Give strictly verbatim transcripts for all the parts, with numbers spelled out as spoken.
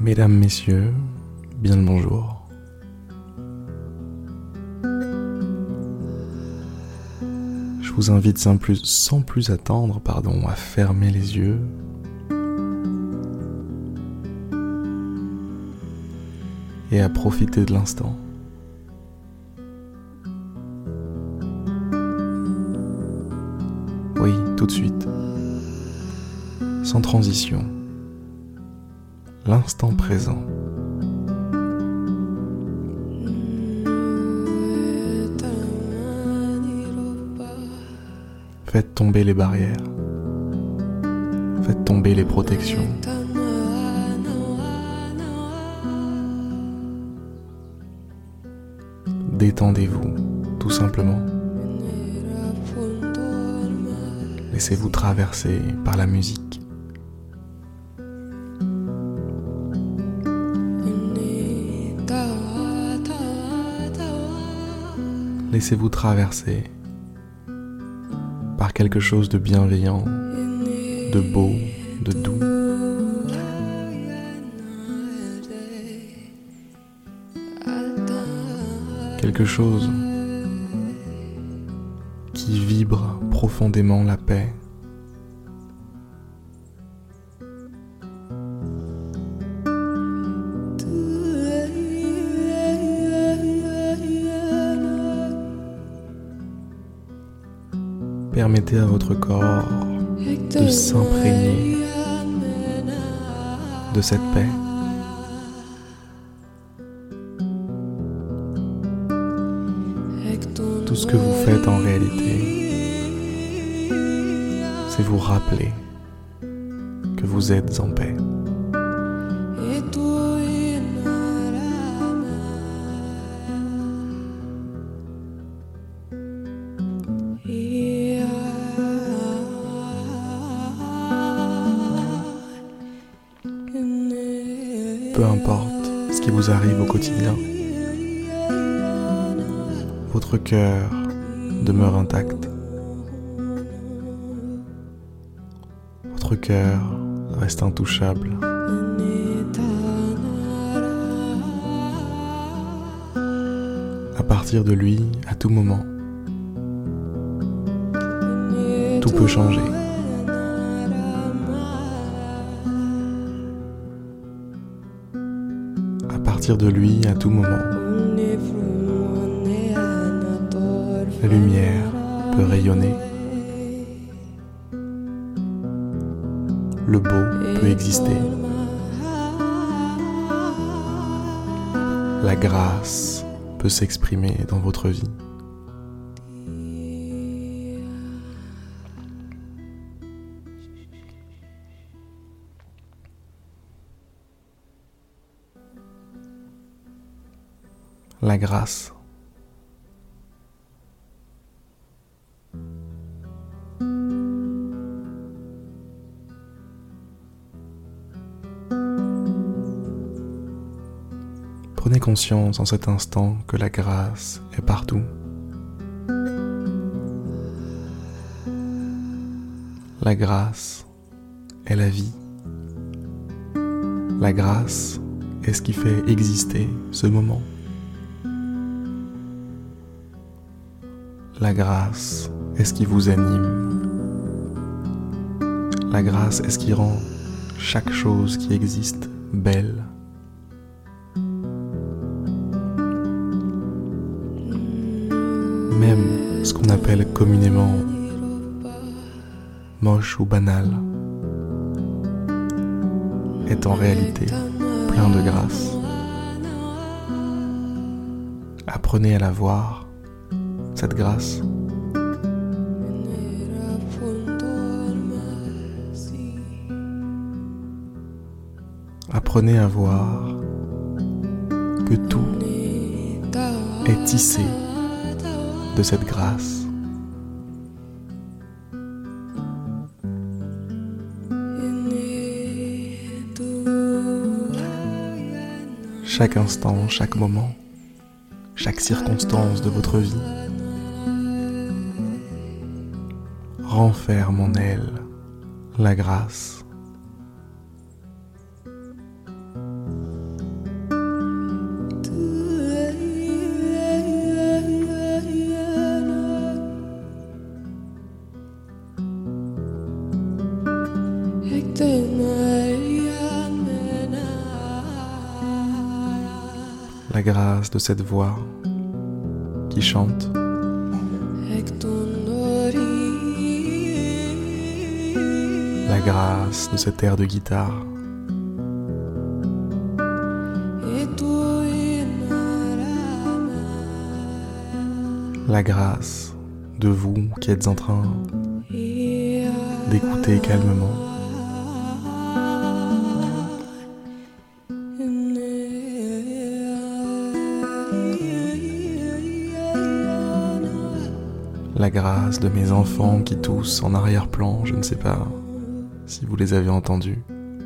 Mesdames, Messieurs, bien le bonjour. Je vous invite sans plus, sans plus attendre pardon, à fermer les yeux et à profiter de l'instant. Oui, tout de suite, sans transition, l'instant présent. Faites tomber les barrières, faites tomber les protections. Détendez-vous, tout simplement. Laissez-vous traverser par la musique. Laissez-vous traverser par quelque chose de bienveillant, de beau, de doux. Quelque chose qui vibre profondément la paix. Permettez à votre corps de s'imprégner de cette paix. Tout ce que vous faites en réalité, c'est vous rappeler que vous êtes en paix. Peu importe ce qui vous arrive au quotidien, votre cœur demeure intact. Votre cœur reste intouchable. À partir de lui, à tout moment, tout peut changer. À partir de lui, à tout moment, la lumière peut rayonner. Le beau peut exister. La grâce peut s'exprimer dans votre vie. La grâce. Prenez conscience en cet instant que la grâce est partout. La grâce est la vie. La grâce est ce qui fait exister ce moment. La grâce est ce qui vous anime. La grâce est ce qui rend chaque chose qui existe belle. Même ce qu'on appelle communément moche ou banal est en réalité plein de grâce. Apprenez à la voir, cette grâce. Apprenez à voir que tout est tissé de cette grâce. Chaque instant, chaque moment, chaque circonstance de votre vie renferme en elle la grâce. grâce de cette voix qui chante, la grâce de cet air de guitare, la grâce de vous qui êtes en train d'écouter calmement. La grâce de mes enfants qui toussent en arrière-plan, je ne sais pas si vous les avez entendus.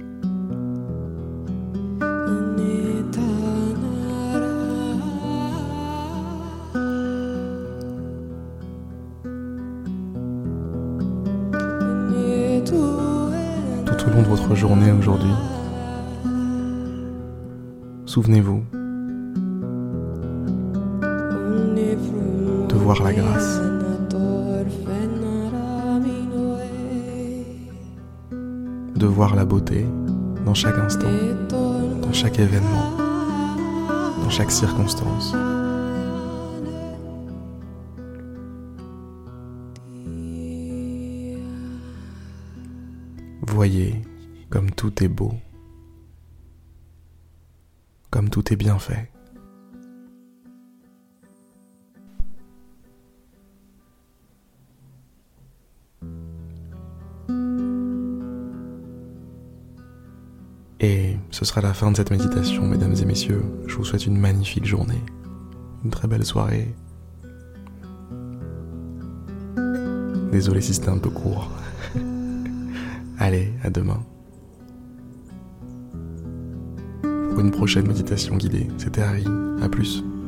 Tout au long de votre journée aujourd'hui, souvenez-vous de voir la grâce, de voir la beauté dans chaque instant, dans chaque événement, dans chaque circonstance. Voyez comme tout est beau, comme tout est bien fait. Et ce sera la fin de cette méditation, mesdames et messieurs. Je vous souhaite une magnifique journée, une très belle soirée. Désolé si c'était un peu court. Allez, à demain. Pour une prochaine méditation guidée. C'était Harry, à plus.